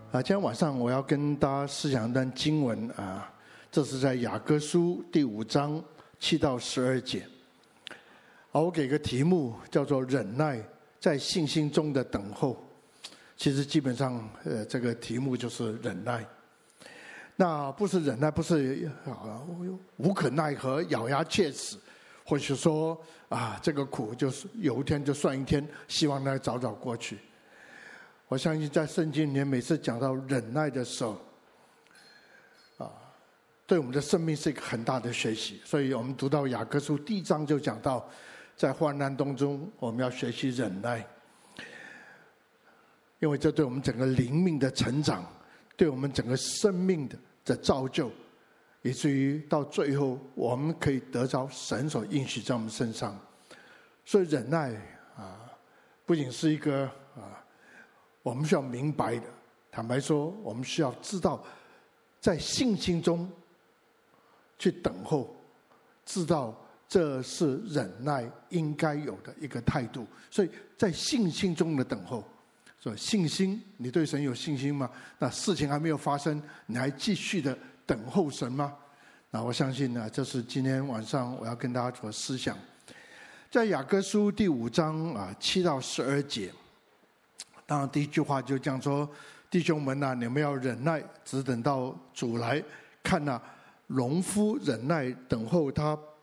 今天晚上我要跟大家思想一段经文啊，这是在雅各书第5章7到12节。我给个题目叫做忍耐在信心中的等候。其实基本上这个题目就是忍耐。那不是忍耐，不是无可奈何咬牙切齿，或者说这个苦就是有一天就算一天，希望它早早过去。我相信在圣经里面每次讲到忍耐的时候对我们的生命是一个很大的学习。所以我们读到雅各书第1章就讲到，在患难当中我们要学习忍耐，因为这对我们整个灵命的成长，对我们整个生命的造就，以至于到最后我们可以得着神所应许在我们身上。所以忍耐不仅是一个我们需要明白的，坦白说我们需要知道在信心中去等候，知道这是忍耐应该有的一个态度。所以在信心中的等候，所以信心，你对神有信心吗？那事情还没有发生，你还继续的等候神吗？那我相信这是今天晚上我要跟大家做思想。在雅各书第5章7到12节，当然第一句话就讲说，弟兄们你们要忍耐，只等到主来。看农夫忍耐等候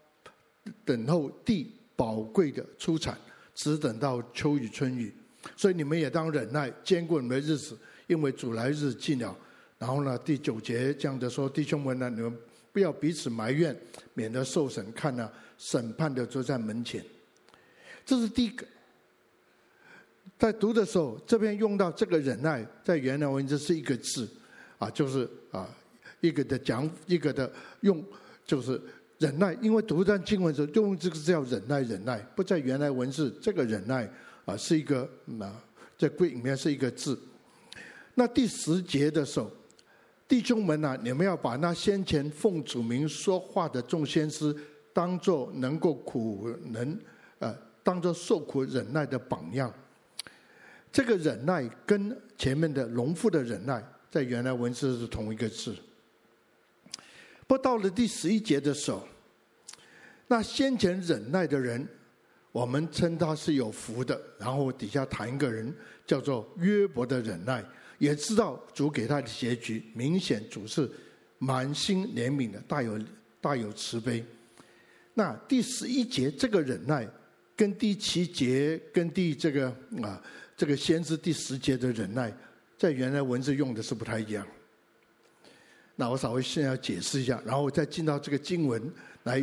地宝贵的出产，只等到秋雨春雨。所以你们也当忍耐，坚固你们的日子，因为主来日近了。然后第9节这样的说，弟兄们你们不要彼此埋怨，免得受审。看审判的就在门前。这是第一个。在读的时候，这边用到这个忍耐，在原来文字是一个字就是一个的讲，一个的用，就是忍耐。因为读这段经文的时候用这个字叫忍耐，忍耐不在原来文字，这个忍耐是一个在Greek里面是一个字。那第10节的时候，弟兄们你们要把那先前奉主名说话的众先知当作能够当作受苦忍耐的榜样。这个忍耐跟前面的农夫的忍耐在原来文字是同一个字。不过到了第11节的时候，那先前忍耐的人，我们称他是有福的。然后底下谈一个人叫做约伯的忍耐，也知道主给他的结局，明显主是满心怜悯的，大有慈悲。那第11节这个忍耐跟第7节跟这个先知第10节的忍耐，在原来文字用的是不太一样。那我稍微先要解释一下，然后再进到这个经文来，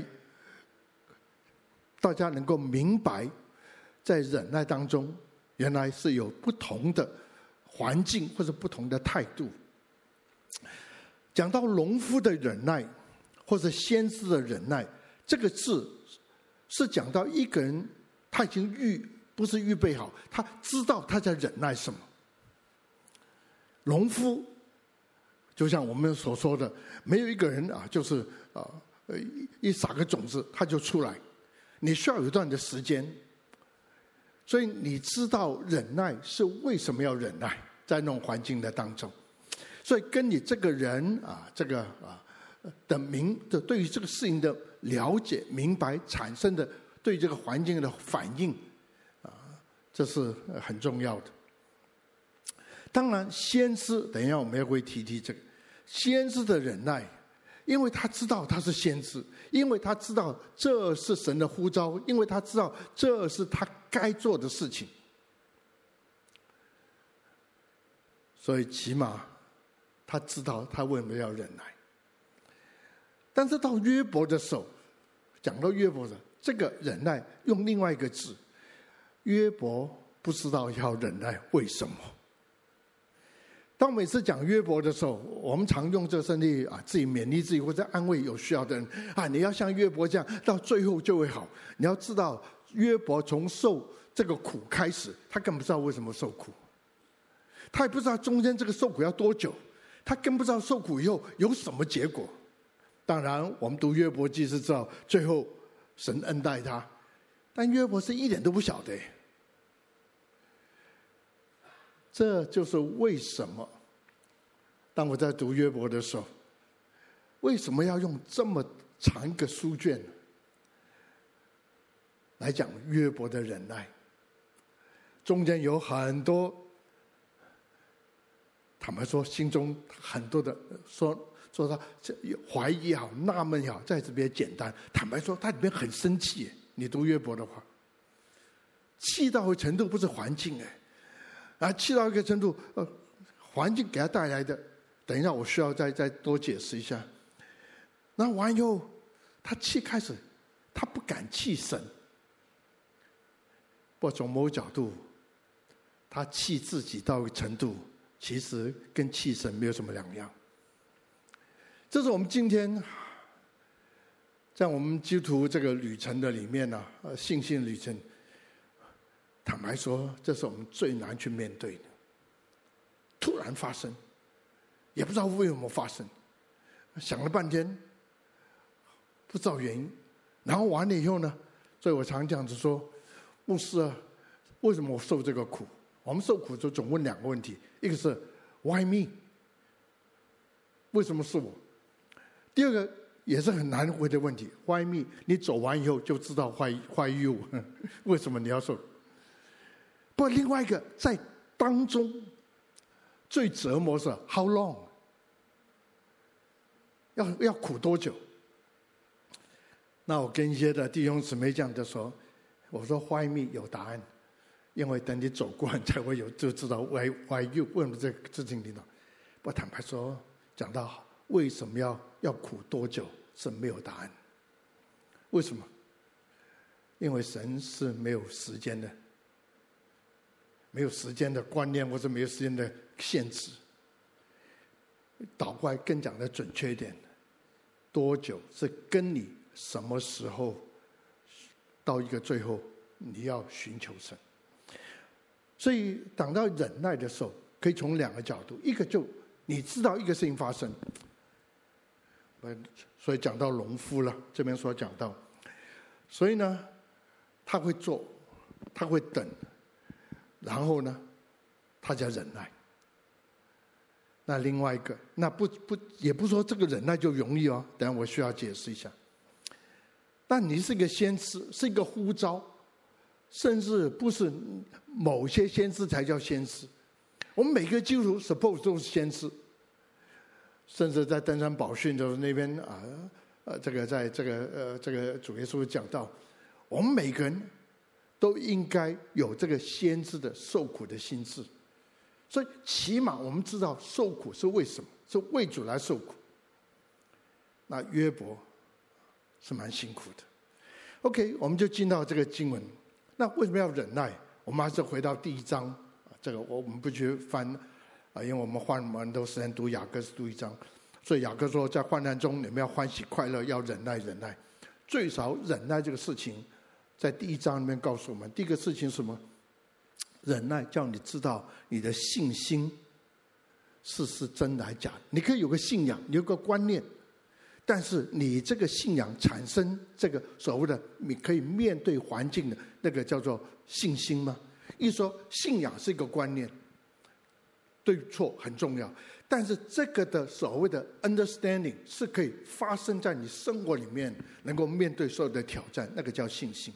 大家能够明白在忍耐当中原来是有不同的环境或者不同的态度。讲到农夫的忍耐或者先知的忍耐，这个字是讲到一个人他已经不是预备好，他知道他在忍耐什么。农夫就像我们所说的，没有一个人就是一撒个种子他就出来，你需要有一段的时间。所以你知道忍耐是为什么要忍耐，在那种环境的当中。所以跟你这个人的对于这个事情的了解明白产生的对这个环境的反应这是很重要的。当然先知，等一下我们也会提这个先知的忍耐，因为他知道他是先知，因为他知道这是神的呼召，因为他知道这是他该做的事情，所以起码他知道他为什么要忍耐。但是到约伯的时候，讲到约伯的这个忍耐用另外一个字，约伯不知道要忍耐，为什么？当每次讲约伯的时候，我们常用这个圣经自己勉励自己或者安慰有需要的人你要像约伯这样，到最后就会好。你要知道，约伯从受这个苦开始，他根本不知道为什么受苦，他也不知道中间这个受苦要多久，他更不知道受苦以后有什么结果。当然我们读约伯记是知道最后神恩待他，但约伯是一点都不晓得。这就是为什么当我在读约伯的时候，为什么要用这么长一个书卷来讲约伯的忍耐？中间有很多，坦白说，心中很多的说他怀疑也好，纳闷也好，在这边简单。坦白说，他里面很生气。你读约伯的话，气到一个程度，不是环境气到一个程度，环境给他带来的。等一下，我需要再多解释一下。那完以后，他气开始，他不敢气神。不过从某角度，他气自己到一个程度，其实跟气神没有什么两样。这是我们今天在我们基督徒这个旅程的里面呢，信心旅程，坦白说，这是我们最难去面对的。突然发生，也不知道为什么发生，想了半天，不知道原因，然后完了以后呢，所以我常这样子说，牧师啊，为什么我受这个苦？我们受苦就总问两个问题，一个是 Why me？ 为什么是我？第二个也是很难回的问题 ，Why me？ 你走完以后就知道 Why you？ 为什么你要受？不过另外一个在当中最折磨是 How long？ 要苦多久？那我跟一些的弟兄姊妹这样的说，我说 Why me 有答案，因为等你走过才会有就知道 Why you？ 为什么这个事情领导？不坦白说，讲到为什么要苦多久是没有答案。为什么？因为神是没有时间的，没有时间的观念，或者没有时间的限制。倒过来更讲的准确一点，多久是跟你什么时候到一个最后你要寻求神。所以讲到忍耐的时候，可以从两个角度，一个就你知道一个事情发生，所以讲到农夫了，这边所讲到，所以呢，他会做，他会等，然后呢，他叫忍耐。那另外一个，那也不说这个忍耐就容易哦，等下我需要解释一下。但你是一个先知，是一个呼召，甚至不是某些先知才叫先知。我们每个基督徒 suppose 都是先知，甚至在登山宝训就是那边这个在这个主耶稣讲到，我们每个人都应该有这个先知的受苦的心志。所以起码我们知道受苦是为什么，是为主来受苦。那约伯是蛮辛苦的。OK， 我们就进到这个经文。那为什么要忍耐？我们还是回到第一章，这个我们不去翻因为我们花蛮多时间读雅各是读一章，所以雅各说在患难中你们要欢喜快乐，要忍耐忍耐。最少忍耐这个事情，在第一章里面告诉我们，第一个事情是什么？忍耐叫你知道你的信心是真的还是假的。你可以有个信仰，你有个观念，但是你这个信仰产生这个所谓的你可以面对环境的那个叫做信心吗？一说信仰是一个观念，对错很重要，但是这个的所谓的 understanding 是可以发生在你生活里面，能够面对所有的挑战，那个叫信心。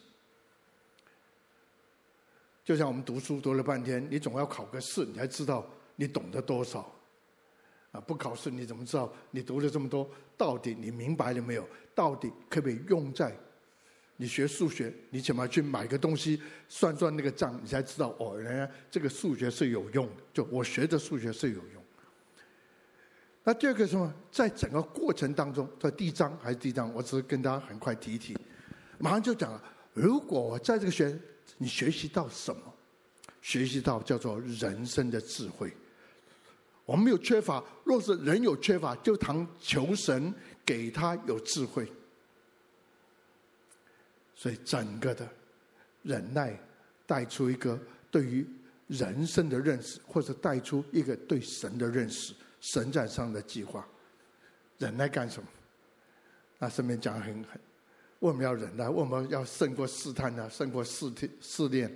就像我们读书读了半天，你总要考个试，你才知道你懂得多少。不考试你怎么知道你读了这么多，到底你明白了没有？到底可不可以用在你学数学，你起码去买个东西算算那个账，你才知道哦，原来这个数学是有用的，就我学的数学是有用。那第二个什么？在整个过程当中，在第一章还是第一章，我只是跟大家很快提一提，马上就讲了。如果我在这个你学习到什么？学习到叫做人生的智慧。我们没有缺乏，若是人有缺乏，就常求神给他有智慧。所以整个的忍耐带出一个对于人生的认识，或者带出一个对神的认识，神在上的计划。忍耐干什么？那上面讲很为什么要忍耐？为什么要胜过试探呢？胜过试炼？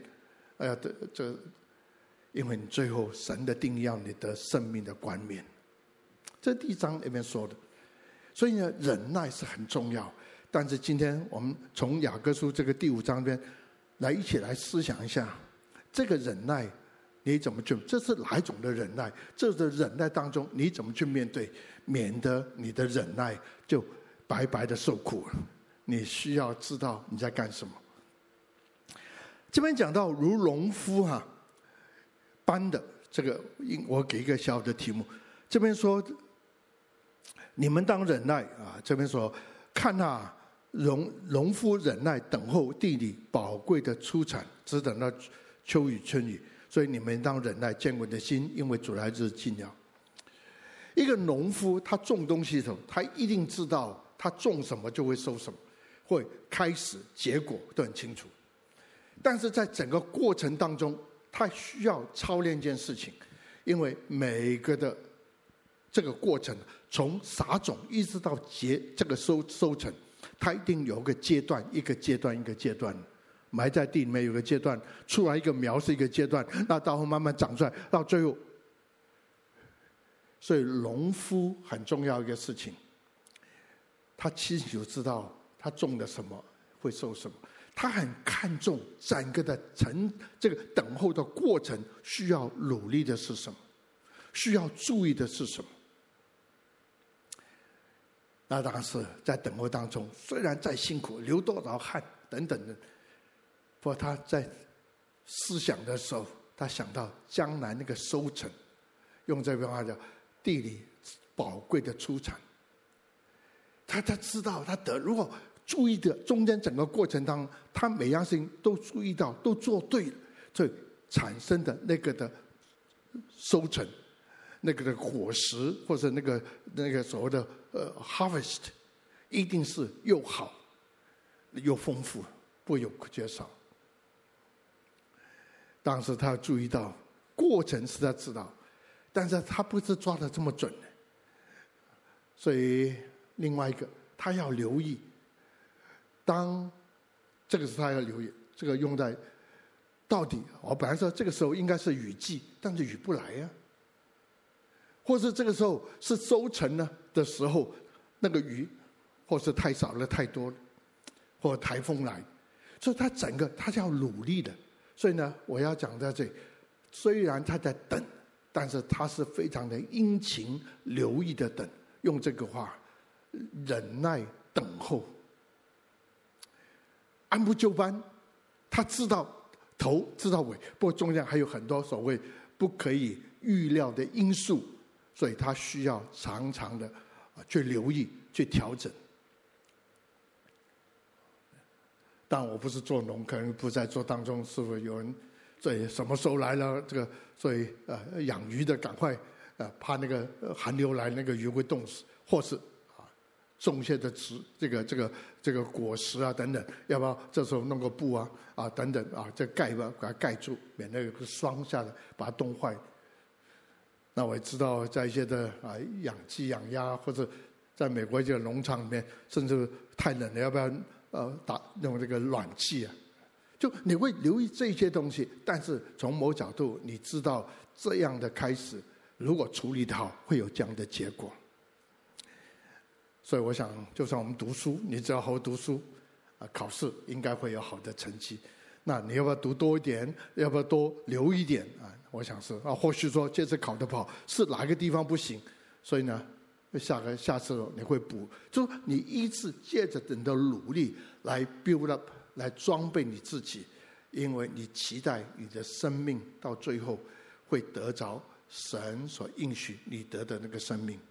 因为你最后神的定义要你得生命的冠冕。 这第1章里面说的。所以呢，忍耐是很重要。但是今天我们从雅各书这个第5章里面来一起来思想一下，这个忍耐你怎么去？这是哪一种的忍耐？这个忍耐当中你怎么去面对，免得你的忍耐就白白的受苦了。你需要知道你在干什么。这边讲到如农夫般的这个，我给一个小的题目。这边说你们当忍耐这边说看农夫忍耐等候地里宝贵的出产，只等到秋雨春雨。所以你们当忍耐，坚固的心，因为主来日近了。一个农夫他种东西的时候，他一定知道他种什么就会收什么，会开始结果都很清楚。但是在整个过程当中，他需要操练一件事情，因为每一个的这个过程，从撒种一直到这个收成，它一定有个阶段，一个阶段一个阶段，埋在地里面有个阶段，出来一个苗是一个阶段，那到后慢慢长出来，到最后。所以农夫很重要一个事情，他清楚知道他种的什么会收什么，他很看重整个的这个等候的过程需要努力的是什么，需要注意的是什么。那当然是在等候当中，虽然再辛苦，流多少汗等等的，不过他在思想的时候，他想到将来那个收成，用这句话叫地里宝贵的出产。他知道他如果注意的中间整个过程当中，他每样事情都注意到，都做对了，所以产生的那个的收成，那个的果实或者那个所谓的harvest， 一定是又好又丰富，不有缺少。当时他注意到过程是他知道，但是他不是抓得这么准，所以另外一个他要留意，当这个是他要留意，这个用在到底，我本来说这个时候应该是雨季，但是雨不来呀，或是这个时候是收成呢的时候，那个雨或是太少了太多了，或者台风来，所以他整个他是要努力的。所以呢，我要讲在这里，虽然他在等，但是他是非常的殷勤留意的等，用这个话忍耐等候，按部就班。他知道头知道尾，不过中间还有很多所谓不可以预料的因素，所以他需要常常的去留意去调整。但我不是做农，可能不在做当中，是不是有人所以什么时候来了这个，所以养鱼的赶快怕那个寒流来，那个鱼会冻死，或是种一些的这个果实等等，要不要这时候弄个布等等这盖吧，把它盖住，免那个霜下来把它冻坏。那我也知道在一些的养鸡养鸭，或者在美国这个农场里面，甚至太冷了，要不要用这个暖气就你会留意这些东西，但是从某角度你知道这样的开始，如果处理得好，会有这样的结果。所以我想，就算我们读书，你只要好好读书考试应该会有好的成绩。那你要不要读多一点？要不要多留一点我想是或许说这次考得不好，是哪个地方不行，所以呢下次你会补，就你一直借着你的努力来 build up， 来装备你自己，因为你期待你的生命到最后会得着神所应许你得的那个生命。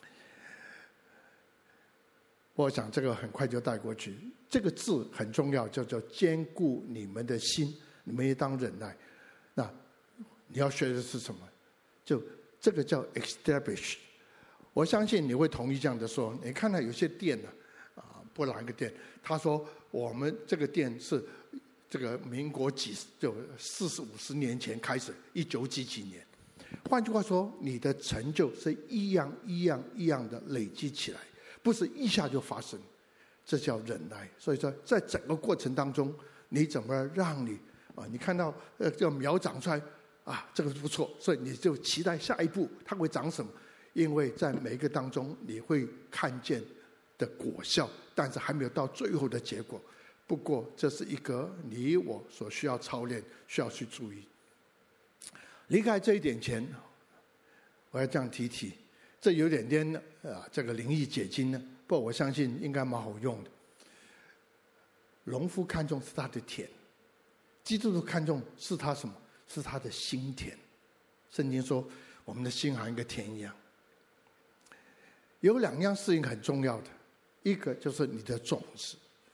我想这个很快就带过去，这个字很重要，叫做坚固你们的心，你们也当忍耐。那你要学的是什么？就这个叫 establish。我相信你会同意这样的说，你看到有些店不哪一个店，他说我们这个店是这个民国就40-50年前开始，19几年。换句话说，你的成就是一样的累积起来，不是一下就发生，这叫忍耐。所以说，在整个过程当中，你怎么让你看到这苗长出来这个不错，所以你就期待下一步它会长什么。 因为在每一个当中你会看见的果效，但是还没有到最后的结果。不过这是一个你我所需要操练，需要去注意。离开这一点前，我要这样提，这有点这个灵异解经呢，不过我相信应该蛮好用的。农夫看重是他的田，基督徒看重是他什么？是他的心田。圣经说我们的心好像一个田一样。有两样事情很重要的，一个就是你的种子，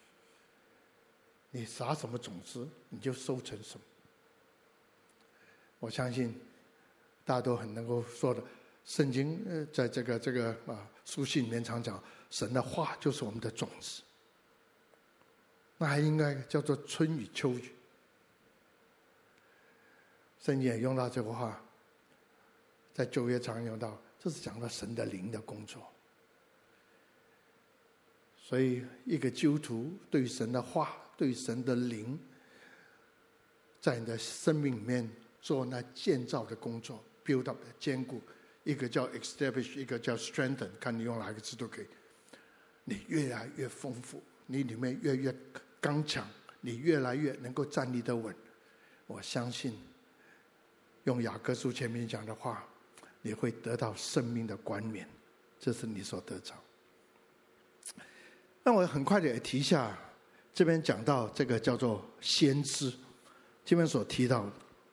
你撒什么种子你就收成什么。我相信大家都很能够说的，圣经在这个书信里面常讲，神的话就是我们的种子，那还应该叫做春雨秋雨。圣经也用到这个话，在旧约常用到，这是讲到神的灵的工作。所以一个基督徒对于神的话，对于神的灵，在你的生命里面做那建造的工作， build up 坚固，一个叫 establish， 一个叫 strengthen， 看你用哪个字都可以。你越来越丰富，你里面越来越刚强，你越来越能够站立得稳。我相信用雅各书前面讲的话，你会得到生命的冠冕，这是你所得着。那我很快的也提一下，这边讲到这个叫做先知，这边所提到的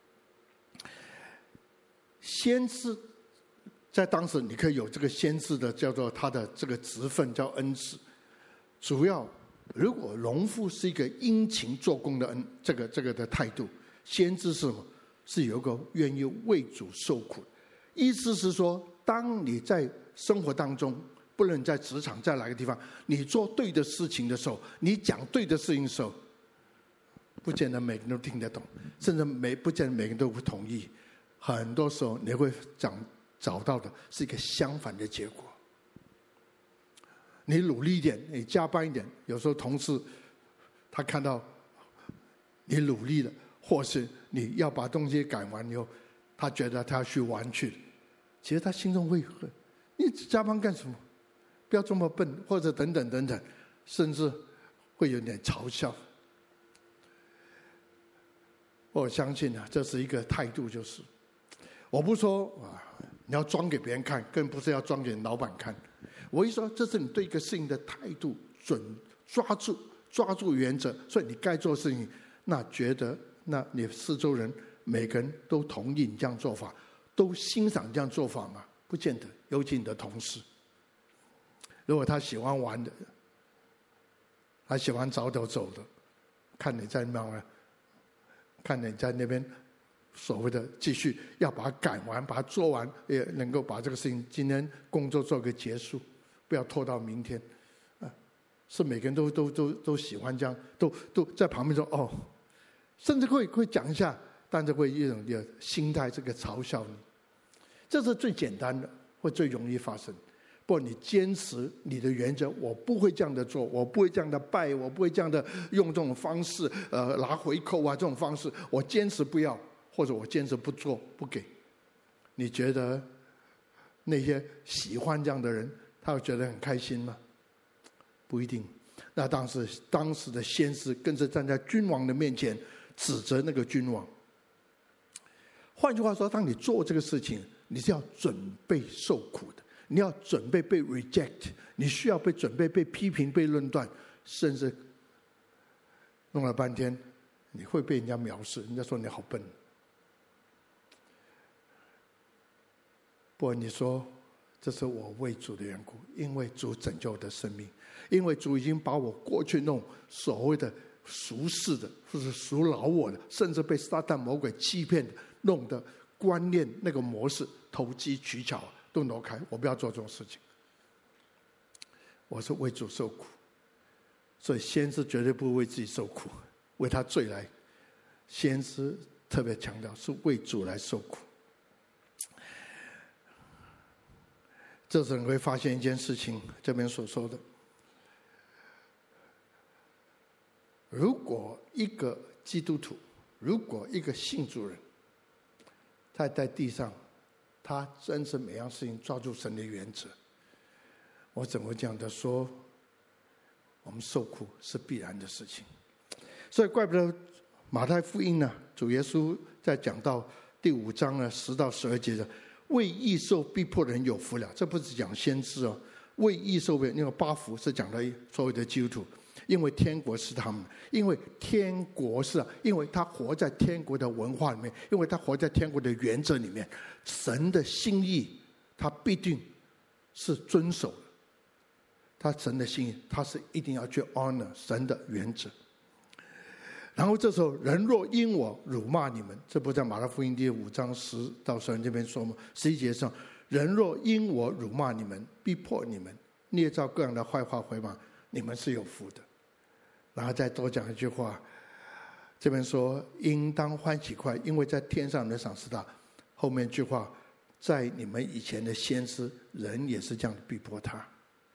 先知，在当时你可以有这个先知的叫做他的这个职分叫恩赐。主要如果农夫是一个殷勤做工的这个的态度，先知是什么？是有一个愿意为主受苦。意思是说，当你在生活当中，不论在职场在哪个地方，你做对的事情的时候，你讲对的事情的时候，不见得每个人都听得懂，甚至不见得每个人都会同意。很多时候你会找到的是一个相反的结果。你努力一点，你加班一点，有时候同事他看到你努力了，或是你要把东西赶完以后，他觉得他要去玩去了，其实他心中会恨，你加班干什么？不要这么笨，或者等等，甚至会有点嘲笑。我相信这是一个态度，就是我不说你要装给别人看，更不是要装给老板看。我一说，这是你对一个事情的态度，抓住原则，所以你该做的事情，那觉得那你四周人每个人都同意你这样做法，都欣赏这样做法吗？不见得，尤其你的同事。如果他喜欢玩的，他喜欢早走的，看你在那边所谓的继续要把它赶完，把它做完，也能够把这个事情今天工作做个结束，不要拖到明天。是每个人都喜欢这样，都在旁边说哦，甚至会讲一下，但是会一种心态这个嘲笑你，这是最简单的，会最容易发生。不过你坚持你的原则，我不会这样的做，我不会这样的拜，我不会这样的用这种方式拿回扣这种方式，我坚持不要，或者我坚持不做不给。你觉得那些喜欢这样的人，他会觉得很开心吗？不一定。那当时的先知更是站在君王的面前指责那个君王。换句话说，当你做这个事情，你是要准备受苦的，你要准备被 reject， 你需要准备被批评、被论断，甚至弄了半天你会被人家藐视，人家说你好笨。不过你说这是我为主的缘故，因为主拯救我的生命，因为主已经把我过去那种所谓的俗世的或是属老我的，甚至被撒旦魔鬼欺骗的弄的观念那个模式投机取巧都挪开，我不要做这种事情。我是为主受苦，所以先知绝对不会为自己受苦，为他罪来。先知特别强调是为主来受苦。这时你会发现一件事情，这边所说的，如果一个基督徒，如果一个信主人，他在地上， 他真是每样事情抓住神的原则。我怎么讲的说，我们受苦是必然的事情。所以怪不得马太福音呢，主耶稣在讲到第5章呢10到12节的，为义受逼迫的人有福了。这不是讲先知哦，为义受逼迫，因为8福是讲到所有的基督徒，因为天国是他们，因为天国是，因为他活在天国的文化里面，因为他活在天国的原则里面，神的心意他必定是遵守的。他神的心意，他是一定要去 honor 神的原则。然后这时候，人若因我辱骂你们，这不在马太福音第5章10到12这边说吗？11节上，人若因我辱骂你们，逼迫你们，捏造各样的坏话回骂，你们是有福的。然后再多讲一句话，这边说应当欢喜快，因为在天上的赏赐大。后面一句话，在你们以前的先知，人也是这样逼迫他。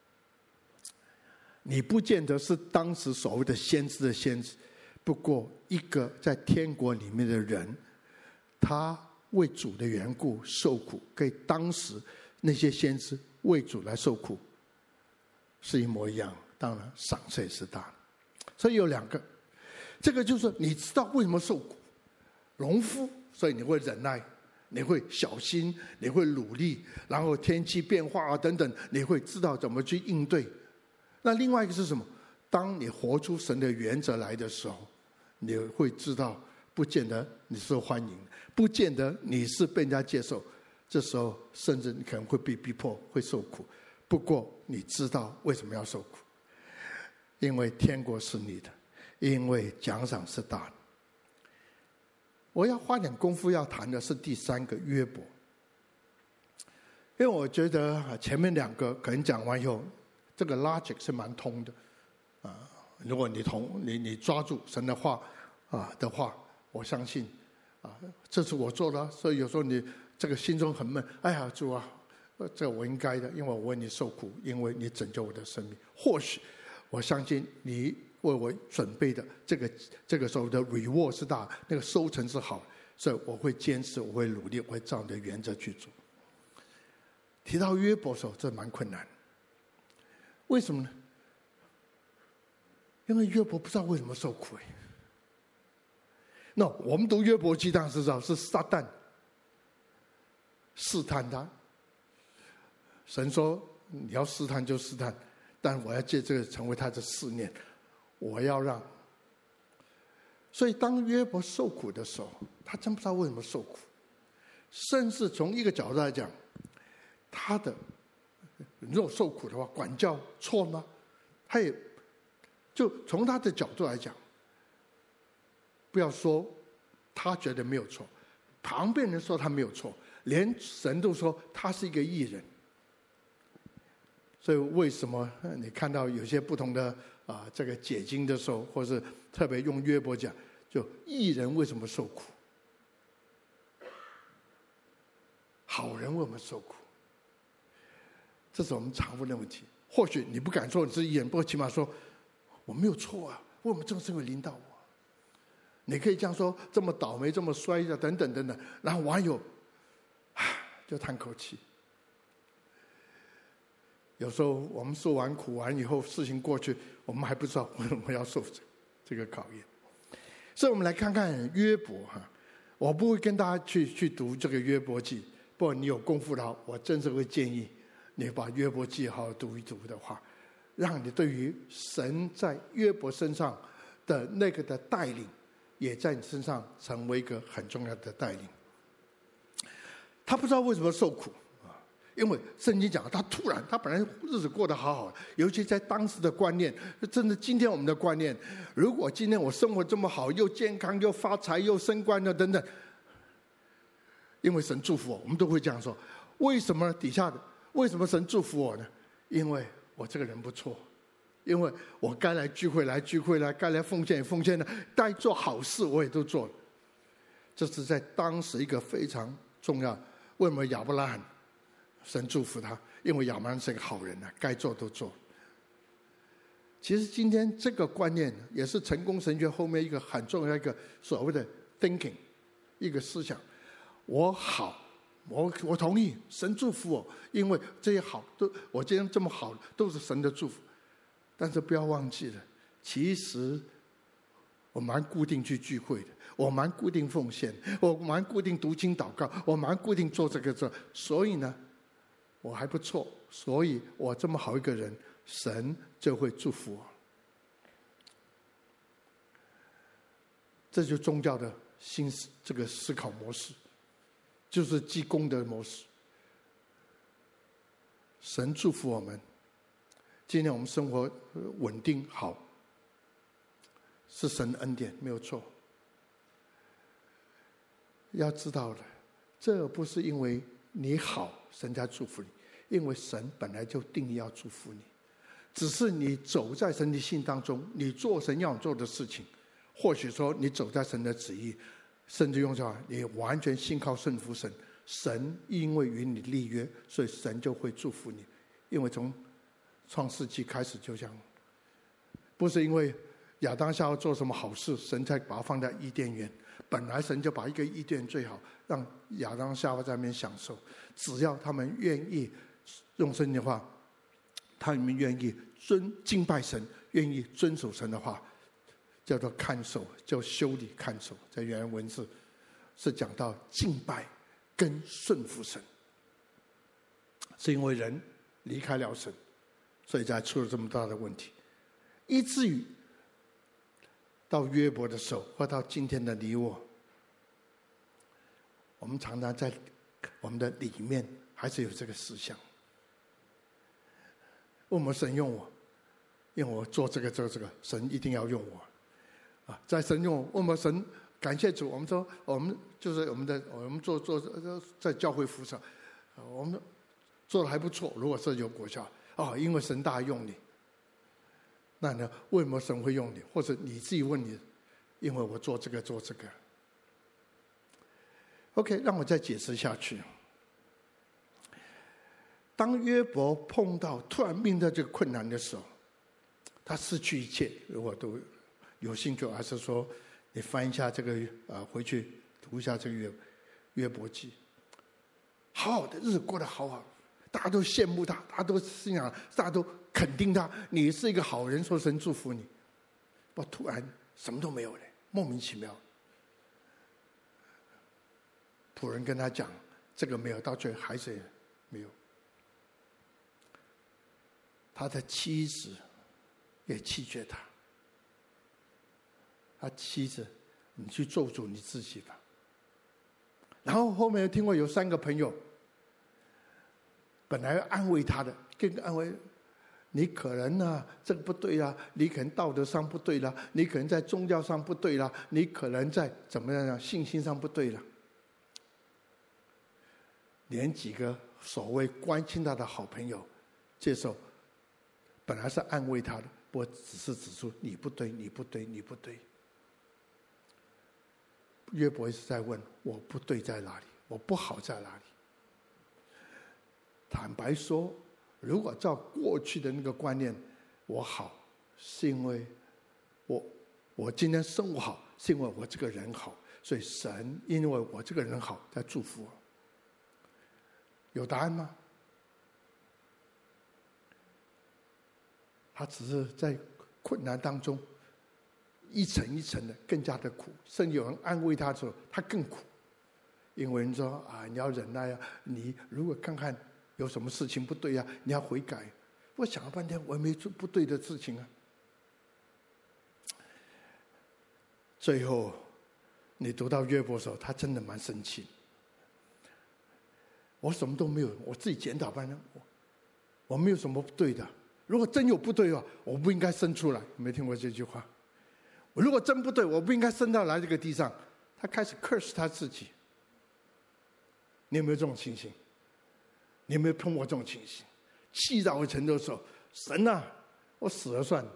你不见得是当时所谓的先知的先知，不过一个在天国里面的人，他为主的缘故受苦，跟当时那些先知为主来受苦是一模一样。当然赏赐也是大的。所以有2个，这个就是你知道为什么受苦，农夫，所以你会忍耐，你会小心，你会努力，然后天气变化啊等等，你会知道怎么去应对。那另外一个是什么？当你活出神的原则来的时候，你会知道不见得你是欢迎，不见得你是被人家接受，这时候甚至你可能会被逼迫，会受苦。不过你知道为什么要受苦，因为天国是你的，因为奖赏是大的。我要花点功夫要谈的是第3个，约伯。因为我觉得前面2个可能讲完以后，这个 logic 是蛮通的啊。如果你抓住神的话的话，我相信这是我做的。所以有时候你这个心中很闷，哎呀主啊，这我应该的，因为我为你受苦，因为你拯救我的生命。或许我相信你为我准备的这个时候的 reward 是大，那个收成是好，所以我会坚持，我会努力，我会照你的原则去做。提到约伯的时候，这蛮困难。为什么呢？因为约伯不知道为什么受苦。那我们读约伯记当然知道是撒旦试探他。神说你要试探就试探，但我要借这个成为他的试炼，我要让。所以当约伯受苦的时候，他真不知道为什么受苦。甚至从一个角度来讲，他的如果受苦的话，管教错吗？他也就从他的角度来讲，不要说他觉得没有错，旁边人说他没有错，连神都说他是一个义人。所以为什么你看到有些不同的这个解经的时候，或是特别用约伯讲，就义人为什么受苦，好人为什么受苦？这是我们常问的问题。或许你不敢说你是义人，不过起码说我没有错啊，为什么这个事会临到我？你可以这样说，这么倒霉，这么衰的，等等等等。然后网友就叹口气。有时候我们受完苦完以后，事情过去，我们还不知道为什么要受这个考验。所以我们来看看约伯我不会跟大家去读这个约伯记，不过你有功夫的话，我真是会建议你把约伯记好好读一读的话，让你对于神在约伯身上的那个的带领，也在你身上成为一个很重要的带领。他不知道为什么受苦，因为圣经讲他突然，他本来日子过得好好的，尤其在当时的观念，真的今天我们的观念，如果今天我生活这么好，又健康又发财又升官的等等，因为神祝福我们都会这样说。为什么底下的为什么神祝福我呢？因为我这个人不错，因为我该来聚会来聚会来，该来奉献也奉献了，该做好事我也都做了。这是在当时一个非常重要。为什么亚伯拉罕神祝福他？因为亚伯拉罕是个好人该做都做。其实今天这个观念也是成功神学后面一个很重要一个所谓的 thinking， 一个思想。我好我同意，神祝福我，因为这些好都我今天这么好，都是神的祝福。但是不要忘记了，其实我蛮固定去聚会的，我蛮固定奉献，我蛮固定读经祷告，我蛮固定做这个，所以呢，我还不错，所以我这么好一个人，神就会祝福我。这就是宗教的这个思考模式，就是积功德模式。神祝福我们，今天我们生活稳定好，是神的恩典，没有错。要知道的，这不是因为你好神才祝福你，因为神本来就定义要祝福你，只是你走在神的心当中，你做神要做的事情。或许说你走在神的旨意，甚至用这话，你完全信靠顺服神，神因为与你立约，所以神就会祝福你。因为从创世纪开始就这样，不是因为亚当夏娃做什么好事，神才把它放在伊甸园。本来神就把一个伊甸园最好，让亚当夏娃在那边享受。只要他们愿意用圣经的话，他们愿意敬拜神，愿意遵守神的话，叫做看守，叫修理看守，在原来文字是讲到敬拜跟顺服神。是因为人离开了神，所以才出了这么大的问题，以至于到约伯的时候，或到今天的你我，我们常常在我们的里面还是有这个思想：为什么神用我？因为我做这个，神一定要用我。在神用我，为什么神感谢主？我们说，我们就是我们做在教会服侍，我们做的还不错。如果是有果效，因为神大用你。那呢？为什么神会用你？或者你自己问你，因为我做这个。OK， 让我再解释下去。当约伯碰到突然面对这个困难的时候，他失去一切。如果都有兴趣，还是说你翻一下这个回去读一下这个约伯记，好好的日子过得好好，大家都羡慕他，大家都信仰，大家都肯定他，你是一个好人，说神祝福你。不，突然什么都没有了，莫名其妙。仆人跟他讲这个没有，到最后还是没有。他的妻子也弃绝他，他妻子，你去咒诅你自己吧。然后后面又听过有3个朋友，本来安慰他的，更安慰你可能这个不对啦，你可能道德上不对啦，你可能在宗教上不对啦，你可能在怎么样信心上不对啦。连几个所谓关心他的好朋友，这时候本来是安慰他的，不过只是指出你不对。约伯一直在问，我不对在哪里？我不好在哪里？坦白说，如果照过去的那个观念，我好是因为我今天生活好，是因为我这个人好，所以神因为我这个人好在祝福我。有答案吗？他只是在困难当中一层一层的更加的苦，甚至有人安慰他的时候他更苦。因为人说你要忍耐你如果看看有什么事情不对你要悔改。我想了半天，我也没做不对的事情最后你读到约伯的时候，他真的蛮生气。我什么都没有，我自己检讨半天，我没有什么不对的。如果真有不对的话，我不应该生出来。没听过这句话？我如果真不对，我不应该生到来这个地上。他开始 curse 他自己。你有没有这种情形？你有没有碰过这种情形？气到程度的时候，神我死了算了。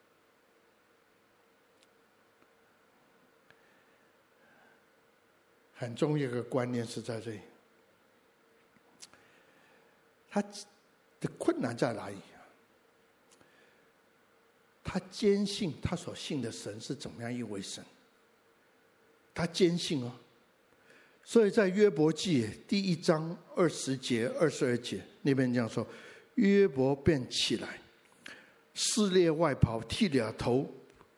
很重要的一个观念是在这里。他的困难在哪里？他坚信他所信的神是怎么样一位神。他坚信所以在约伯记第1章20节、22节那边这样说：约伯便起来，撕裂外袍，剃了头，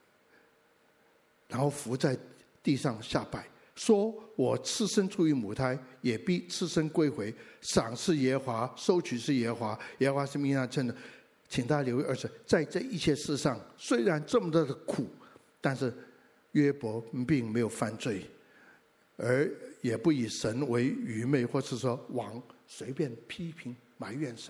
然后伏在地上下拜，说：我赤身出于母胎，也必赤身归回。赏是耶和华，收取是耶和华，耶和华是命他称的。请大家留意20，在这一切事上，虽然这么多的苦，但是约伯并没有犯罪，而也不以神为愚昧，或是说王随便批评埋怨神。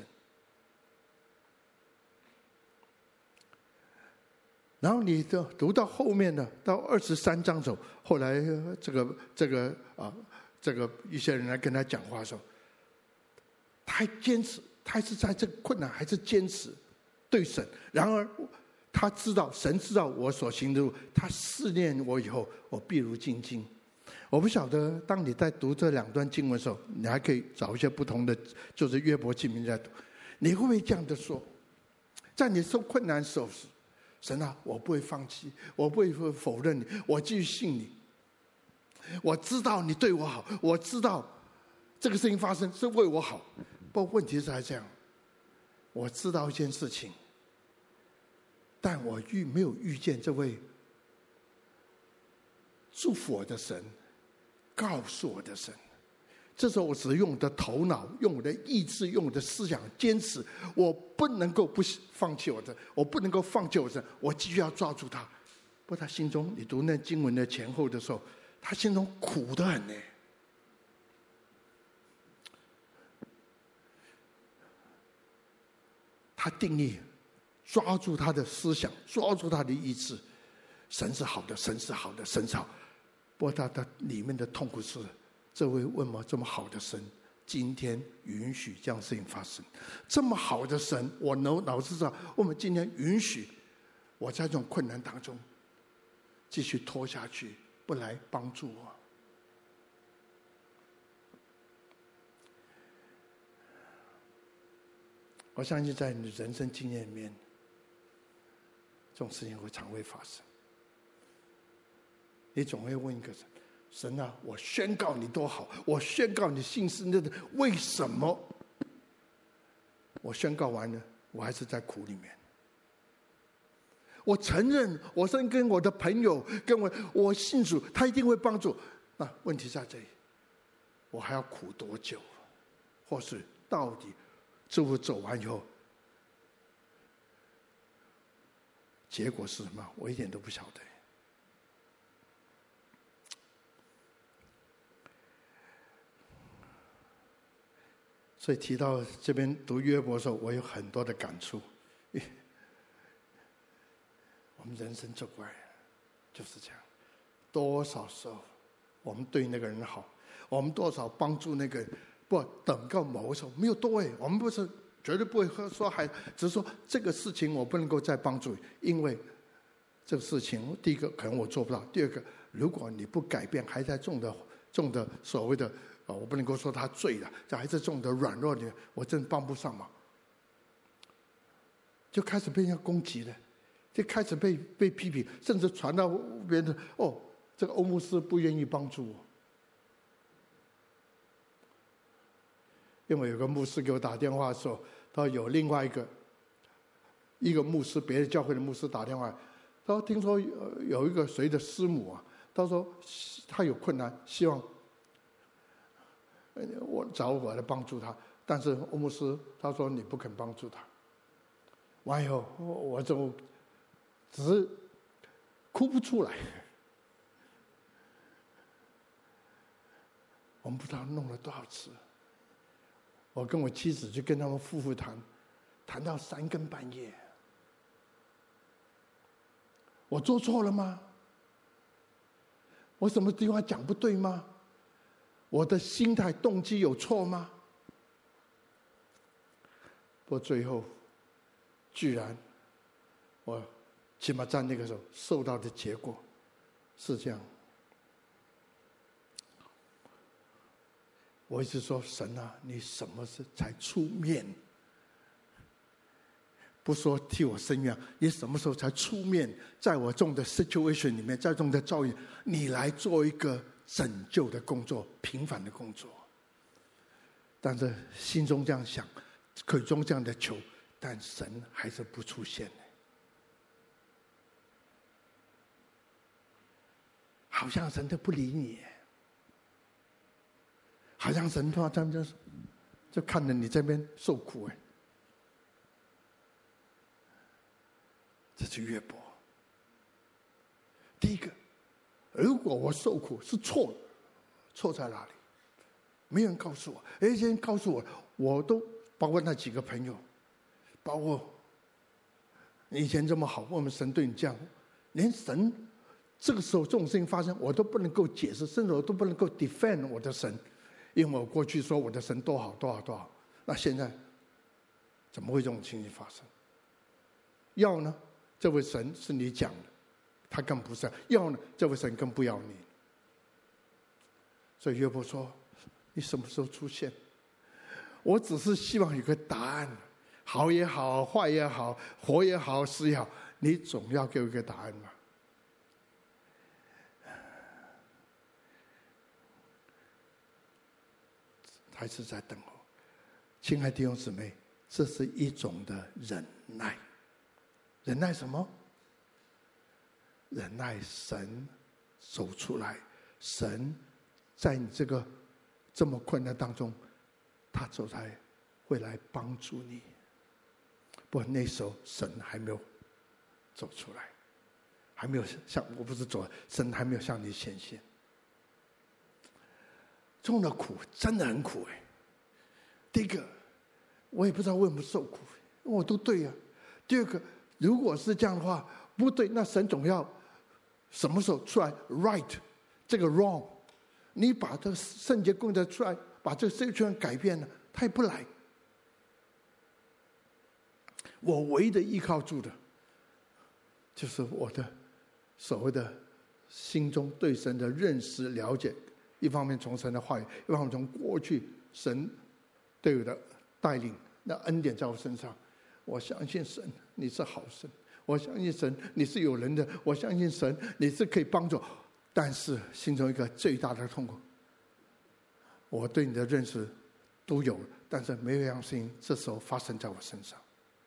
然后你读到后面呢，到23章走，后来这个一些人来跟他讲话的时候，他还坚持，他还是在这个困难还是坚持对神。然而他知道，神知道我所行的路，他试炼我以后，我必如精金。我不晓得，当你在读这2段经文的时候，你还可以找一些不同的，就是约伯记里面在读，你会不会这样的说？在你受困难的时候，神啊，我不会放弃，我不会否认你，我继续信你。我知道你对我好，我知道这个事情发生是为我好。不过问题是还这样，我知道一件事情，但我没有遇见这位祝福我的神，告诉我的神。这时候我只用我的头脑，用我的意志，用我的思想坚持，我不能够不放弃我的，我不能够放弃我的，我继续要抓住他。不过他心中，你读那经文的前后的时候，他心中苦得很呢。他定义抓住他的思想，抓住他的意志，神是好的，神是好的，神是好。不过他的里面的痛苦是，这位为什么这么好的神，今天允许这样的事情发生？这么好的神，我老是知道，我们今天允许我在这种困难当中继续拖下去，不来帮助我。我相信在你的人生经验里面，这种事情常会发生。你总会问一个神：神啊，我宣告你多好，我宣告你信是那的，为什么我宣告完了，我还是在苦里面？我承认，我是跟我的朋友，跟我信主，他一定会帮助。那问题在这里，我还要苦多久？或是到底这步走完以后，结果是什么？我一点都不晓得。所以提到这边读约伯的时候，我有很多的感触。我们人生走过来就是这样，多少时候我们对那个人好，我们多少帮助那个人，不等到某个时候没有多哎，我们不是绝对不会说还，只是说这个事情我不能够再帮助，因为这个事情第一个可能我做不到，第二个如果你不改变，还在种的所谓的。我不能够说他罪了，这还是这种的软弱的，我真帮不上忙，就开始被人家攻击了，就开始被批评，甚至传到别人的这个欧牧师不愿意帮助我。因为有个牧师给我打电话说，他说有另外一个牧师，别的教会的牧师打电话，他说听说有一个谁的师母啊，他说他有困难，希望我找我来帮助他，但是欧牧师他说你不肯帮助他。完以后我就只是哭不出来。我们不知道弄了多少次，我跟我妻子就跟他们夫妇谈到3更半夜。我做错了吗？我什么地方讲不对吗？我的心态动机有错吗？不过最后居然我起码在那个时候受到的结果是这样。我一直说神啊，你什么时才出面？不说替我伸冤，你什么时候才出面？在我这种的 situation 里面，在这种的遭遇，你来做一个拯救的工作，平凡的工作。但是心中这样想，口中这样的求，但神还是不出现。好像神都不理你，好像神他们就看着你这边受苦。这是约伯。第一个，如果我受苦是错的，错在哪里？没有人告诉我，有些人告诉我，我都包括那几个朋友，包括你以前这么好，为什么神对你这样？连神这个时候这种事情发生，我都不能够解释，甚至我都不能够 defend 我的神，因为我过去说我的神多好多好多好，那现在怎么会这种情形发生？要呢，这位神是你讲的，他更不是；要呢，这位神更不要你。所以约伯说：“你什么时候出现？我只是希望有个答案，好也好，坏也好，活也好，死也好，你总要给我一个答案吧。”还是在等候。亲爱的弟兄姊妹，这是一种的忍耐。忍耐什么？忍耐神走出来，神在你这个这么困难当中，他走来会来帮助你。不过那时候神还没有走出来，还没有向，我不是走，神还没有向你显现。中了苦真的很苦。第一个，我也不知道为什么受苦，因为我都对呀。第二个，如果是这样的话，不对，那神总要什么时候出来 right 这个 wrong？ 你把这个圣洁供的出来，把这个世界改变了，他也不来。我唯一的依靠住的，就是我的所谓的心中对神的认识了解。一方面从神的话语，一方面从过去神对我的带领，那恩典在我身上。我相信神，你是好神；我相信神，你是有人的；我相信神，你是可以帮助。但是心中一个最大的痛苦，我对你的认识都有，但是没有一样事情这时候发生在我身上。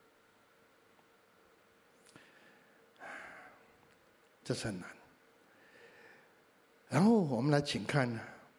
这是很难。然后我们来请看，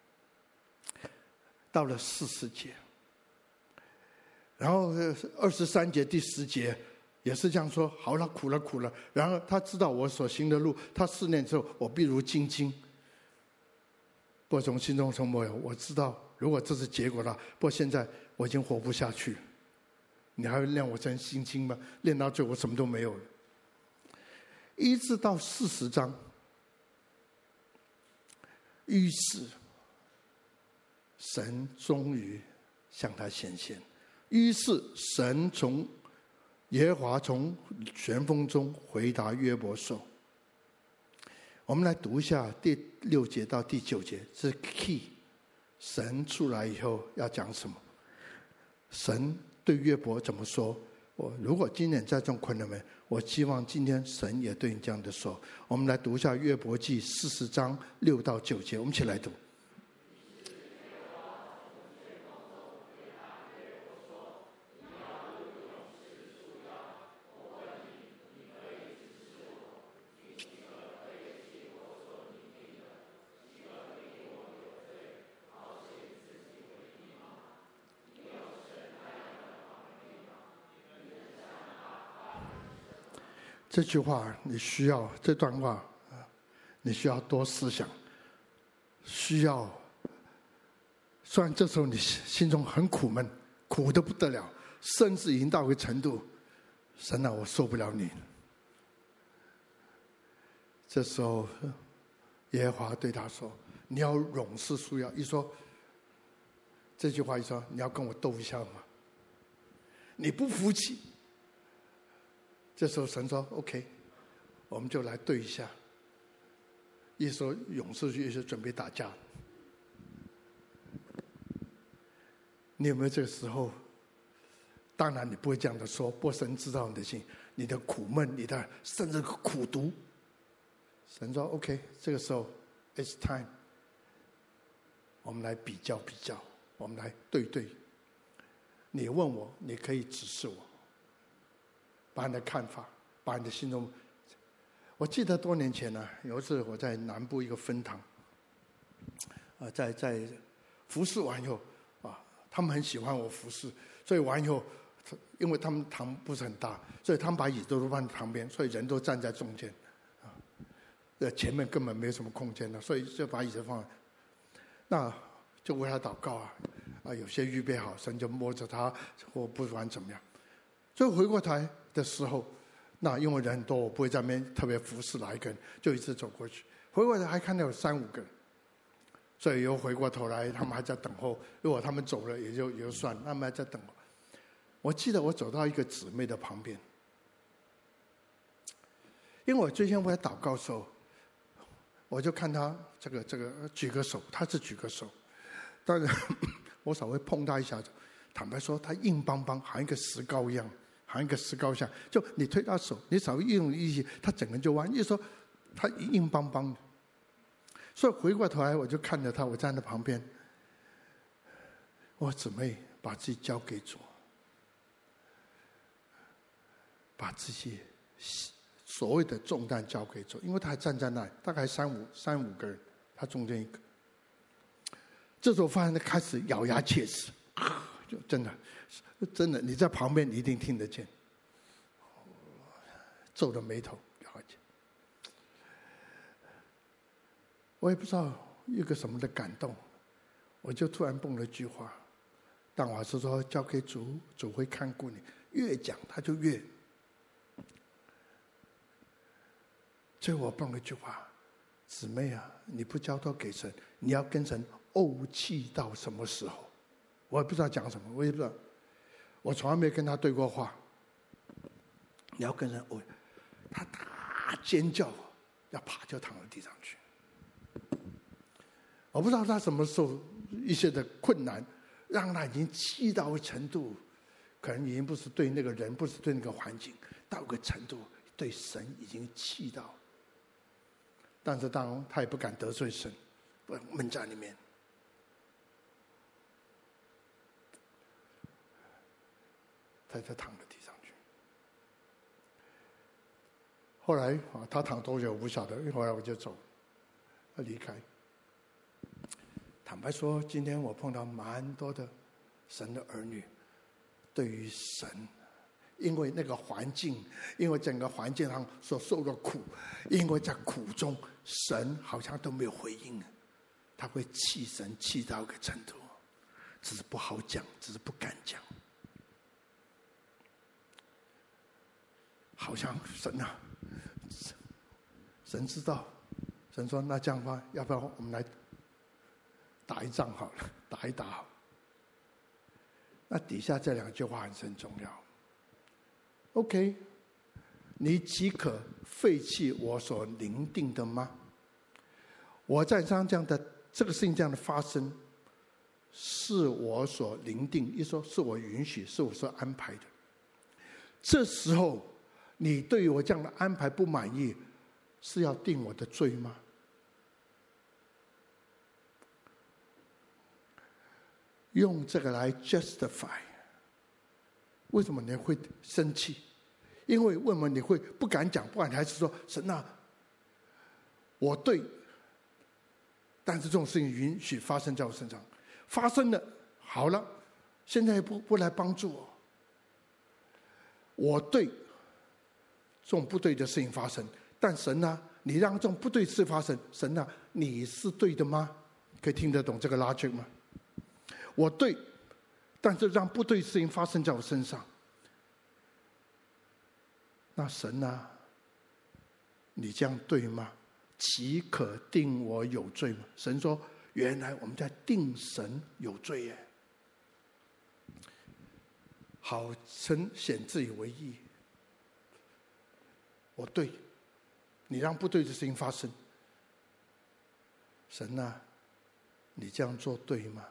到了40节，然后23节第10节也是这样说：好了，苦了，苦了。然后他知道我所行的路，他试炼之后，我必如精金。不过从心中从没有，我知道如果这是结果了，不过现在我已经活不下去，你还会让我成精金吗？练到最后我什么都没有了。一直到40章。于是神终于向他显现，于是神从耶和华从旋风中回答约伯说：我们来读一下第6节到第9节，这是 key。 神出来以后要讲什么？神对约伯怎么说？我如果今天在这种困难里面，我希望今天神也对你这样的说。我们来读一下约伯记40章6到9节，我们一起来读。这句话你需要，这段话你需要多思想，需要。虽然这时候你心中很苦闷，苦得不得了，甚至已经到一个程度，神啊，我受不了你了。这时候耶和华对他说：你要勇士束腰。一说这句话，一说你要跟我斗一下吗？你不服气。这时候神说 OK， 我们就来对一下。一说勇士就准备打架。你有没有这个时候？当然你不会这样的说，不过神知道你的心，你的苦闷，你的甚至苦毒。神说 OK， 这个时候 it's time， 我们来比较比较，我们来对对。你问我，你可以指示我，把你的看法，把你的心中。我记得多年前呢，有一次我在南部一个分堂，在服侍完以后他们很喜欢我服侍，所以完以后，因为他们堂不是很大，所以他们把椅子都放在旁边，所以人都站在中间，前面根本没有什么空间了，所以就把椅子放，那就为他祷告有些预备好，神就摸着他，或不管怎么样。所以回过头的时候，那因为人很多，我不会在那边特别服侍哪一个人，就一直走过去。回过头还看到有3-5个人，所以又回过头来，他们还在等候。如果他们走了，也就算，他们还在等候。我记得我走到一个姊妹的旁边，因为我最近为他祷告的时候，我就看他这个举个手，他是举个手，当然我稍微碰他一下子，坦白说他硬邦邦，好像一个石膏一样，好像一个石膏像，就你推他手，你稍微一用力气，他整个人就弯，就是说他硬邦邦的。所以回过头来我就看着他，我站在旁边，我姊妹把自己交给主，把自己所谓的重担交给主，因为他还站在那里，大概3-5个人，他中间一个。这时候发现他开始咬牙切齿，就真的，你在旁边你一定听得见，皱着眉头咬牙切。我也不知道一个什么的感动，我就突然蹦了一句话，但我是说交给主，主会看顾你。越讲他就越。最后我蹦了一句话：姊妹啊，你不交托给神，你要跟神怄气到什么时候？我也不知道讲什么，我也不知道，我从来没跟他对过话。你要跟神怄，他大尖叫，要爬就躺到地上去。我不知道他什么时候一些的困难，让他已经气到程度，可能已经不是对那个人，不是对那个环境，到个程度对神已经气到。但是当然他也不敢得罪神，闷在里面。他就躺在地上去。后来他躺多久我不晓得，后来我就走，离开。坦白说，今天我碰到蛮多的神的儿女，对于神，因为那个环境，因为整个环境上所受的苦，因为在苦中，神好像都没有回应，他会气神气到一个程度，只是不好讲，只是不敢讲。好像神啊，神知道，神说那这样吧，要不然我们来打一仗好了，打一打好了。那底下这2句话很重要。OK， 你岂可废弃我所临定的吗？我在这样的这个事情这样的发生，是我所临定，一说是我允许，是我所安排的。这时候你对我这样的安排不满意，是要定我的罪吗？用这个来 justify， 为什么你会生气？因为为什么你会不敢讲，不敢还是说神啊，我对，但是这种事情允许发生在我身上，发生了，好了，现在不来帮助我，我对，这种不对的事情发生，但神啊，你让这种不对的事发生，神啊，你是对的吗？可以听得懂这个 logic 吗？我对，但是让不对的事情发生在我身上，那神啊，你这样对吗？岂可定我有罪吗？神说，原来我们在定神有罪耶，好称显自以为义。我对，你让不对的事情发生，神啊，你这样做对吗？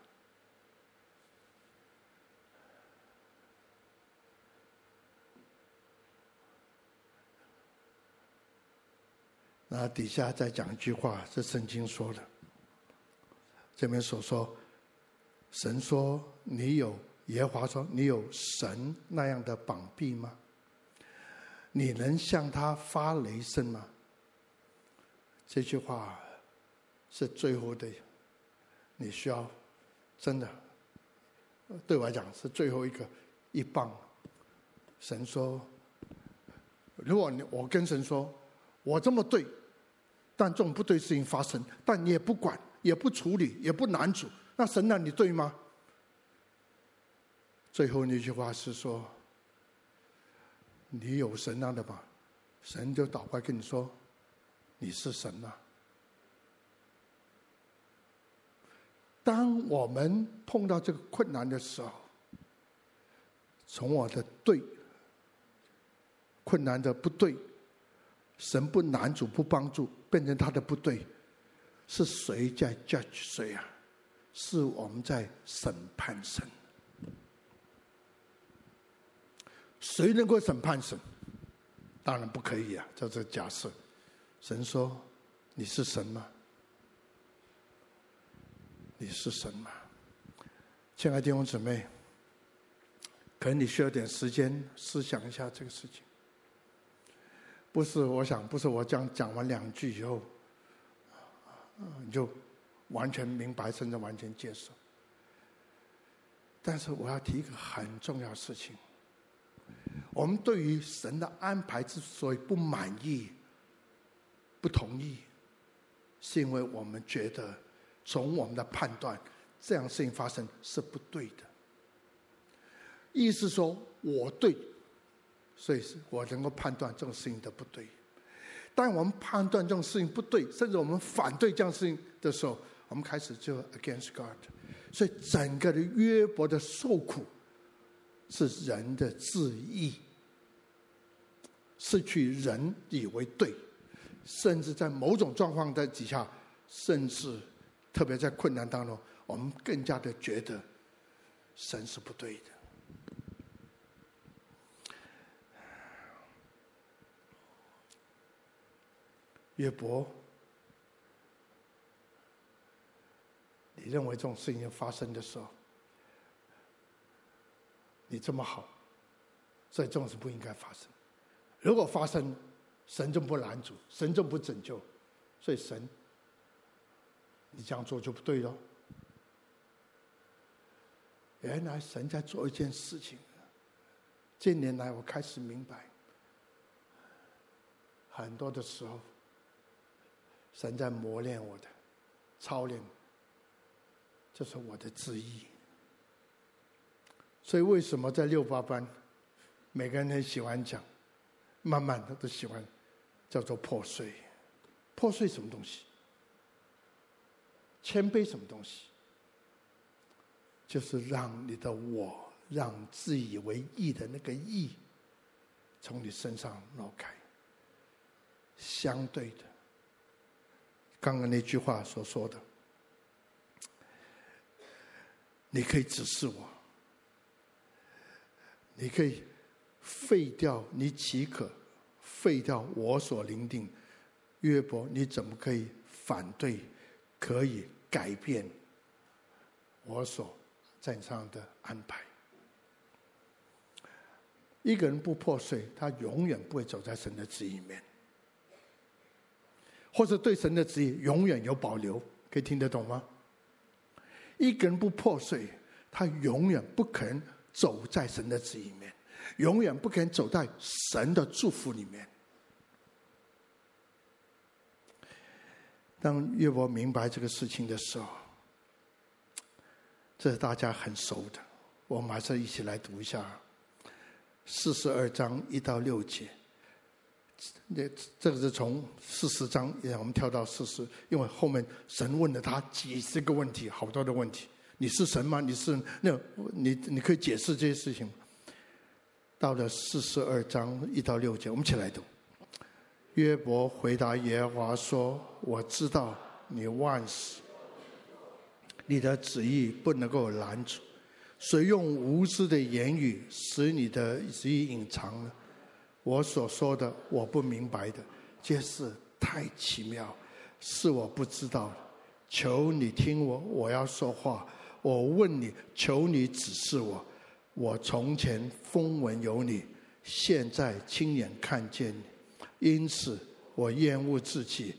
那底下再讲一句话，是圣经说的， 这边所说，神说你有，耶和华说你有神那样的膀臂吗？你能向他发雷声吗？这句话是最后的，你需要真的，对我来讲是最后一棒。神说，如果我跟神说，我这么对，但这种不对事情发生，但你也不管，也不处理，也不拦阻，那神啊，你对吗？最后那句话是说，你有神那样的吗？神就倒过来跟你说，你是神吗？当我们碰到这个困难的时候，从我的对，困难的不对，神不拦阻不帮助，变成他的不对，是谁在 judge 谁啊？是我们在审判神。谁能够审判神？当然不可以啊，这是假设。神说，你是神吗？你是神吗？亲爱的弟兄姊妹，可能你需要点时间思想一下这个事情。不是我讲完2句以后，你就完全明白甚至完全接受。但是我要提一个很重要的事情，我们对于神的安排之所以不满意、不同意，是因为我们觉得从我们的判断，这样事情发生是不对的。意思说我对，所以我能够判断这种事情的不对。当我们判断这种事情不对，甚至我们反对这样事情的时候，我们开始就 against God。所以整个的约伯的受苦是人的自义，失去人以为对，甚至在某种状况的底下，甚至特别在困难当中，我们更加的觉得神是不对的。约伯，你认为这种事情发生的时候，你这么好，所以这种事不应该发生。如果发生，神就不拦阻，神就不拯救，所以神，你这样做就不对了。原来神在做一件事情。近年来我开始明白，很多的时候，神在磨练我的，操练，这是我的旨意。所以为什么在68班，每个人很喜欢讲，慢慢的都喜欢叫做破碎。破碎什么东西？谦卑什么东西？就是让你的我，让自以为义的那个义从你身上挪开。相对的，刚刚那句话所说的，你可以指示我，你可以废掉，你岂可废掉我所临定？约伯，你怎么可以反对，可以改变我所在上的安排？一个人不破碎，他永远不会走在神的旨意里面，或者对神的旨意永远有保留。可以听得懂吗？一个人不破碎，他永远不可能走在神的旨意里面，永远不可能走在神的祝福里面。当约伯明白这个事情的时候，这是大家很熟的，我们还是一起来读一下42章1到6节。这个是从40章，我们跳到40，因为后面神问了他几十个问题，好多的问题。你是神吗？你是你可以解释这些事情。到了42章1到6节，我们一起来读。约伯回答耶和华说：“我知道你万事，你的旨意不能够拦阻。谁用无知的言语使你的旨意隐藏了？我所说的我不明白的，皆是太奇妙，是我不知道的。 求你听我，我要说话。我问你，求你指示我。我从前风闻有你，现在亲眼看见你，因此我厌恶自己。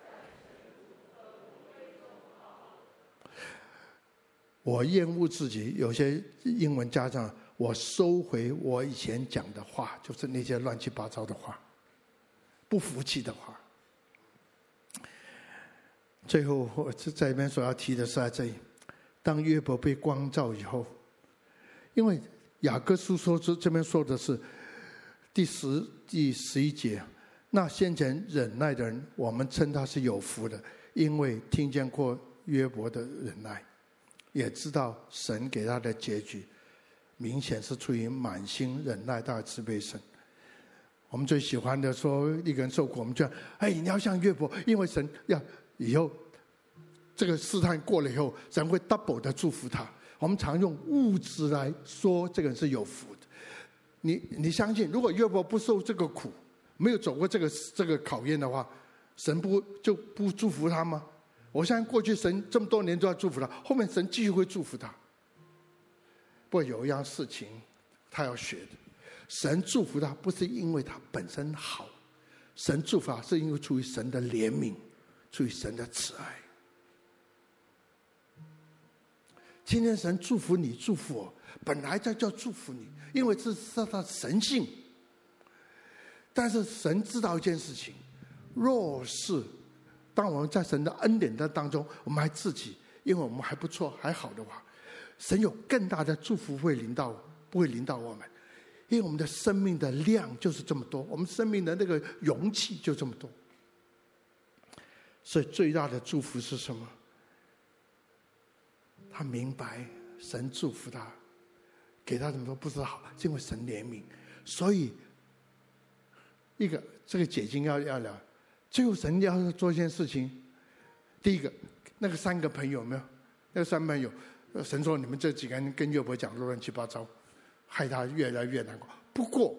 我厌恶自己，有些英文加上我收回我以前讲的话，就是那些乱七八糟的话，不服气的话。最后我在这边所要提的是在这里，当约伯被光照以后，因为雅各书说这边说的是第11节，那先前忍耐的人，我们称他是有福的，因为听见过约伯的忍耐，也知道神给他的结局明显是出于满心忍耐大慈悲神。我们最喜欢的说一个人受苦，我们就你要像约伯，因为神要以后这个试探过了以后，神会 double 的祝福他。我们常用物质来说这个人是有福的。你相信，如果约伯不受这个苦，没有走过这个考验的话，神就不祝福他吗？我相信过去神这么多年都要祝福他，后面神继续会祝福他。不过有一样事情他要学的，神祝福他不是因为他本身好，神祝福他是因为出于神的怜悯，出于神的慈爱。今天神祝福你祝福我，本来在叫祝福你，因为这是他的神性。但是神知道一件事情，若是当我们在神的恩典的当中，我们还自己因为我们还不错还好的话，神有更大的祝福不会临到我们，因为我们的生命的量就是这么多，我们生命的那个容器就这么多。所以最大的祝福是什么？他明白神祝福他，给他什么都不是好，是因为神怜悯。所以这个解经要聊，最后神要做一件事情。第一个，那个3个朋友有没有？那个3朋友，神说你们这几个人跟约伯讲乱七八糟，害他越来越难过。不过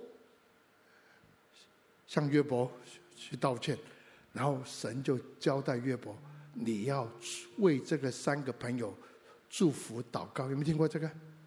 向约伯去道歉，然后神就交代约伯，你要为这个3个朋友祝福祷告。有没有听过这个？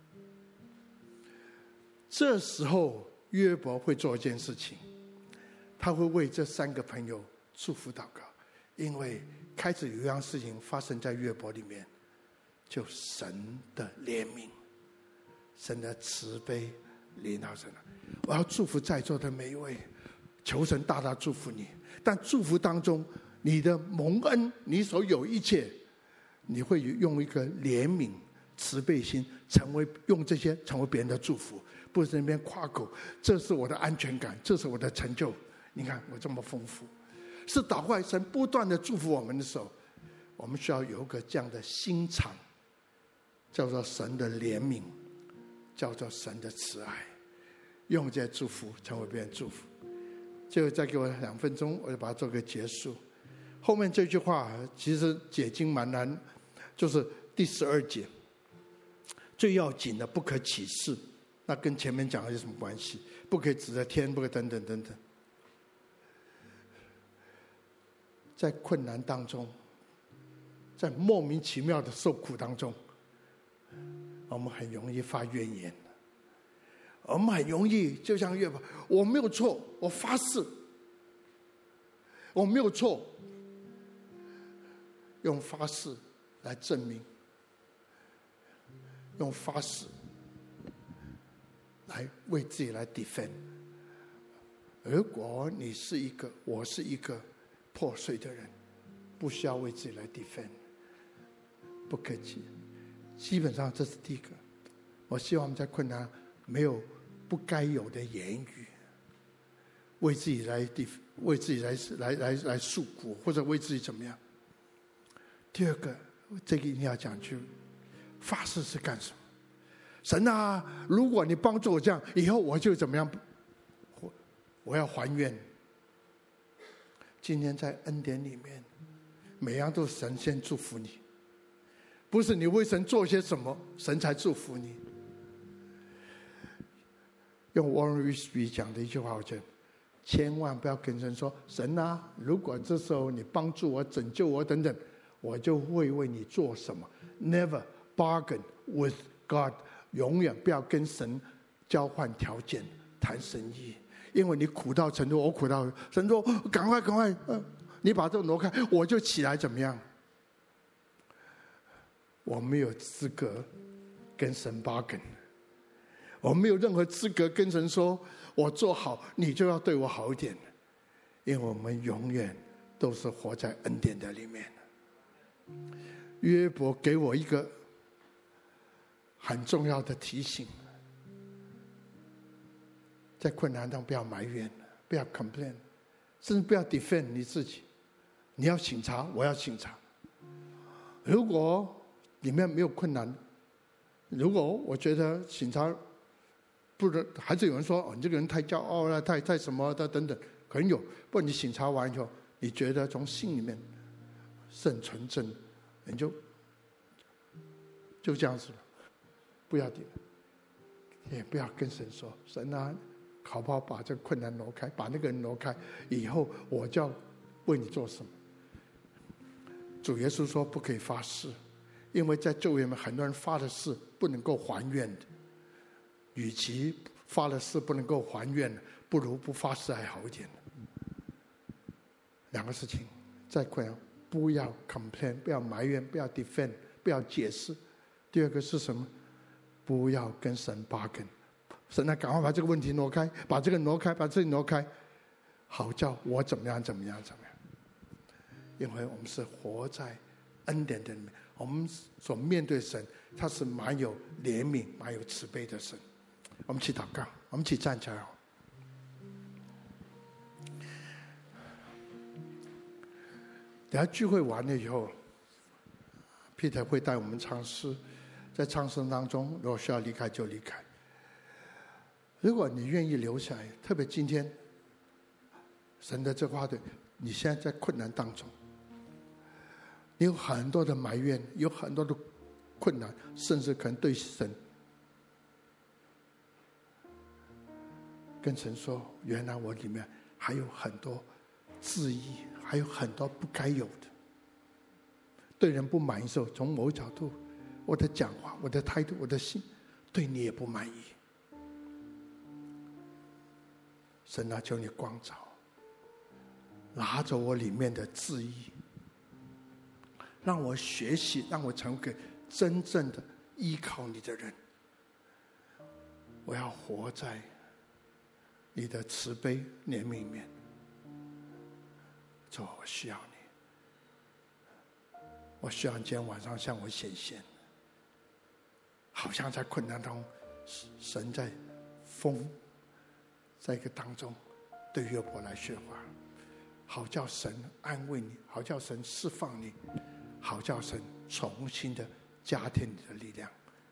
这时候约伯会做一件事情，他会为这3个朋友祝福祷告，因为开始有一样事情发生在约伯里面，就神的怜悯，神的慈悲临到神了。我要祝福在座的每一位，求神大大祝福你。但祝福当中，你的蒙恩，你所有一切，你会用一个怜悯慈悲心，用这些成为别人的祝福，不是那边夸口，这是我的安全感，这是我的成就，你看我这么丰富。是祷告神不断的祝福我们的时候，我们需要有一个这样的心肠，叫做神的怜悯，叫做神的慈爱，用这些祝福成为别人祝福。最后再给我2分钟，我就把它做个结束。后面这句话其实解经蛮难，就是第12节，最要紧的不可起誓，那跟前面讲的有什么关系？不可以指着天，不可以等等等等。在困难当中，在莫名其妙的受苦当中，我们很容易发怨言，我们很容易就像约伯，我没有错，我发誓我没有错，用发誓来证明，用发誓来为自己来 defend。 如果你是一个，我是一个破碎的人，不需要为自己来 defend， 不客气。基本上这是第一个。我希望我们在困难没有不该有的言语，为自己来诉苦，或者为自己怎么样。第二个，这个一定要讲句，发誓是干什么？神啊，如果你帮助我这样，以后我就怎么样，我要还愿。今天在恩典里面，每样都是神先祝福你，不是你为神做些什么，神才祝福你。用 Warren Wiersbe 讲的一句话，我觉得千万不要跟神说，神啊，如果这时候你帮助我、拯救我等等， 我就会为你做什么。 Never bargain with God， 永远不要跟神交换条件谈生意，因为你苦到程度，我苦到，神说赶快，你把这个挪开，我就起来怎么样？我没有资格跟神bargain，我没有任何资格跟神说我做好你就要对我好一点，因为我们永远都是活在恩典的里面。约伯给我一个很重要的提醒，在困难中不要埋怨，不要 complain， 甚至不要 defend 你自己。你要省察，我要省察。如果里面没有困难，如果我觉得省察不能，还是有人说你这个人太骄傲了，太什么的等等，可能有。不过你省察完以后，你觉得从心里面是很纯正，你就这样子了，不要也不要跟神说，神啊，好不好把这个困难挪开，把那个人挪开，以后我就要为你做什么。主耶稣说不可以发誓，因为在旧约里面很多人发的誓不能够还愿的，与其发了誓不能够还愿，不如不发誓还好一点。两个事情，再困难不要 complain， 不要埋怨，不要 defend， 不要解释。第二个是什么？不要跟神 bargain， 神啊，赶快把这个问题挪开，把这个挪开，把这个挪开，好叫我怎么样。因为我们是活在恩典的里面，我们所面对神，他是蛮有怜悯、蛮有慈悲的神。我们一起祷告，我们一起站起来。等下聚会完了以后 ，Peter 会带我们唱诗，在唱诗当中，如果需要离开就离开。如果你愿意留下来，特别今天，神的这话对，你现在在困难当中，你有很多的埋怨，有很多的困难，甚至可能对神跟神说，原来我里面还有很多质疑，还有很多不该有的，对人不满意的时候，从某角度，我的讲话，我的态度，我的心，对你也不满意。神啊，求你光照，拿走我里面的质疑，让我学习，让我成为个真正的依靠你的人。我要活在你的慈悲怜悯里面。主，我需要你，我需要你今天晚上向我显现，好像在困难中，神在风在一个当中对约伯来说话，好叫神安慰你，好叫神释放你，好叫神重新的加添你的力量。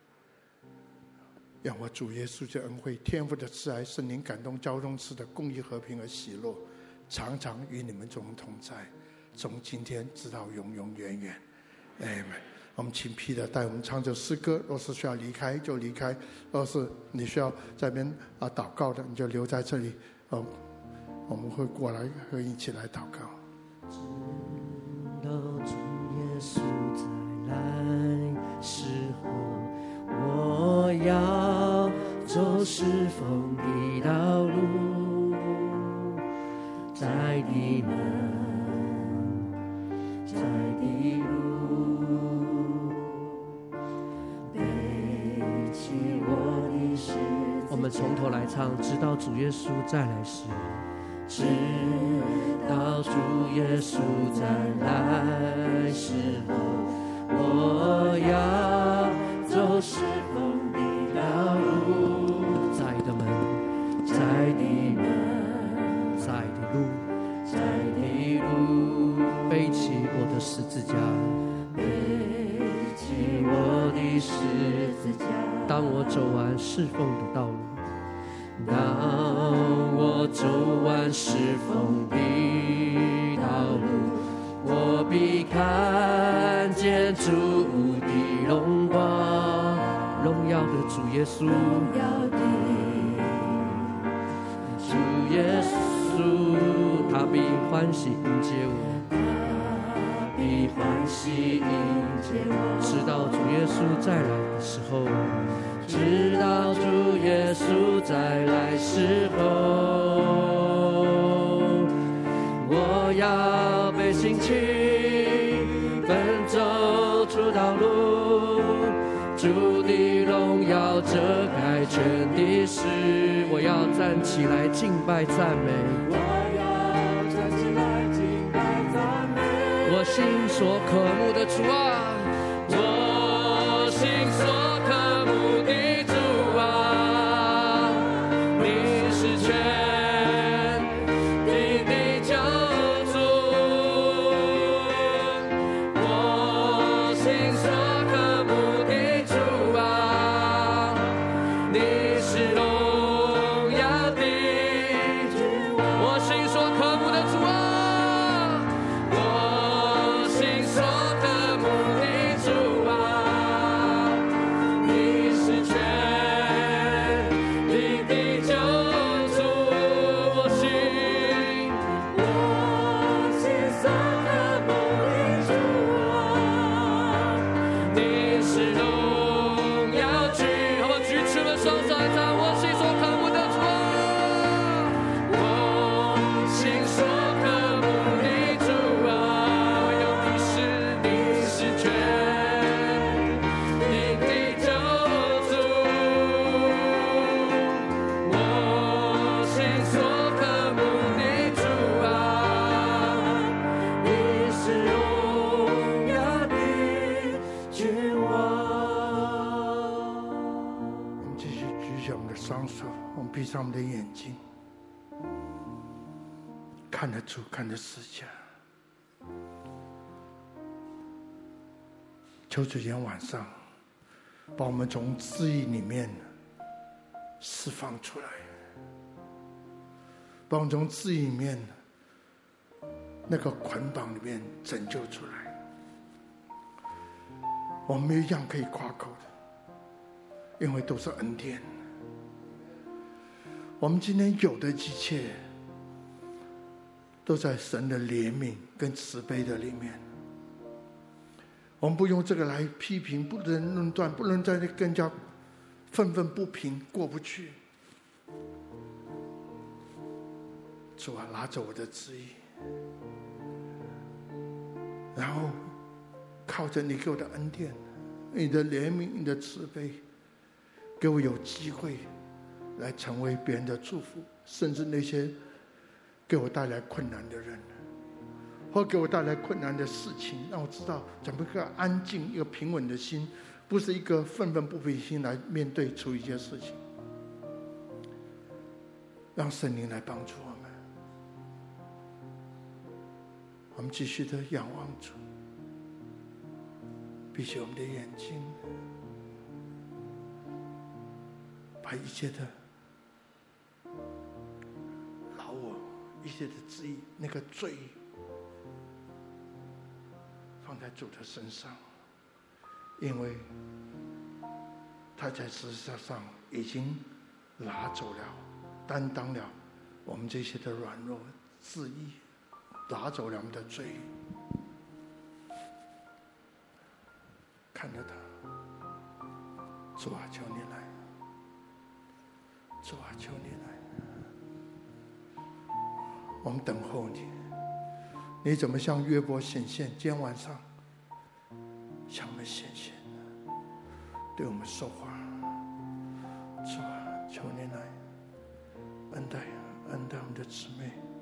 让我主耶稣的恩惠、天父的慈爱、圣灵感动交通赐的公义、和平和喜乐，常常与你们众同在，从今天直到永永远远。Amen。我们请 Peter 带我们唱这诗歌，若是需要离开就离开，若是你需要在那边祷告的，你就留在这里。我们会过来和一起来祷告。 直到主耶稣再来时候，我要走侍奉的道路，在你们在的路，背起我的十字架。我们从头来唱，直到主耶稣再来时，直到主耶稣再来时候，我要走侍奉的道路，在的门，在的门，在的路，在的路，背起我的十字架，背起我的十字架。当我走完侍奉的道路，当我走完侍奉的道路，我必看见主的荣光，荣耀的主耶稣，荣耀的主耶稣，他必欢喜迎接我，他必的欢喜迎接我，直到主耶稣再来的时候，直到主耶稣再来时候，我要被兴起，奔走出道路，主的荣耀遮盖全地势，我要站起来敬拜赞美，我要站起来敬拜赞美，我心所渴慕的主啊，我心所渴慕的主啊，你是全地的救主，我心所渴慕的主啊，你是荣耀的，我心所渴慕的主啊，我心所渴慕的主啊，你是全地的救主，我心所渴慕的主啊，你是荣耀居，好不好？举起了双手来唱，我心所渴慕的主啊，我心所渴慕的主啊，唯有你是全地的救主，我心所渴慕的主啊，你是荣耀的君王。 我们继续举起我们的双手，我们闭上我们的眼睛，看着主，看着世界。求主今天晚上把我们从自义里面释放出来，把我们从自义里面那个捆绑里面拯救出来。我们没有一样可以夸口的，因为都是恩典。我们今天有的一切都在神的怜悯跟慈悲的里面。我们不用这个来批评，不能论断，不能在那更加愤愤不平，过不去。主啊，拿走我的旨意，然后靠着你给我的恩典，你的怜悯，你的慈悲，给我有机会来成为别人的祝福，甚至那些给我带来困难的人，或给我带来困难的事情，让我知道怎么一个安静、一个平稳的心，不是一个愤愤不平心来面对处理一些事情。让圣灵来帮助我们。我们继续的仰望主，闭起我们的眼睛，把一切的老我、一切的旨意、那个罪放在主的身上，因为他在十字架上已经拿走了、担当了我们这些的软弱、自义，拿走了我们的罪。看着他，主啊，求你来，主啊，求你来，我们等候你。你怎么向约伯显现？今天晚上向我们显现，对我们说话。主啊，求你来恩待我们的姊妹。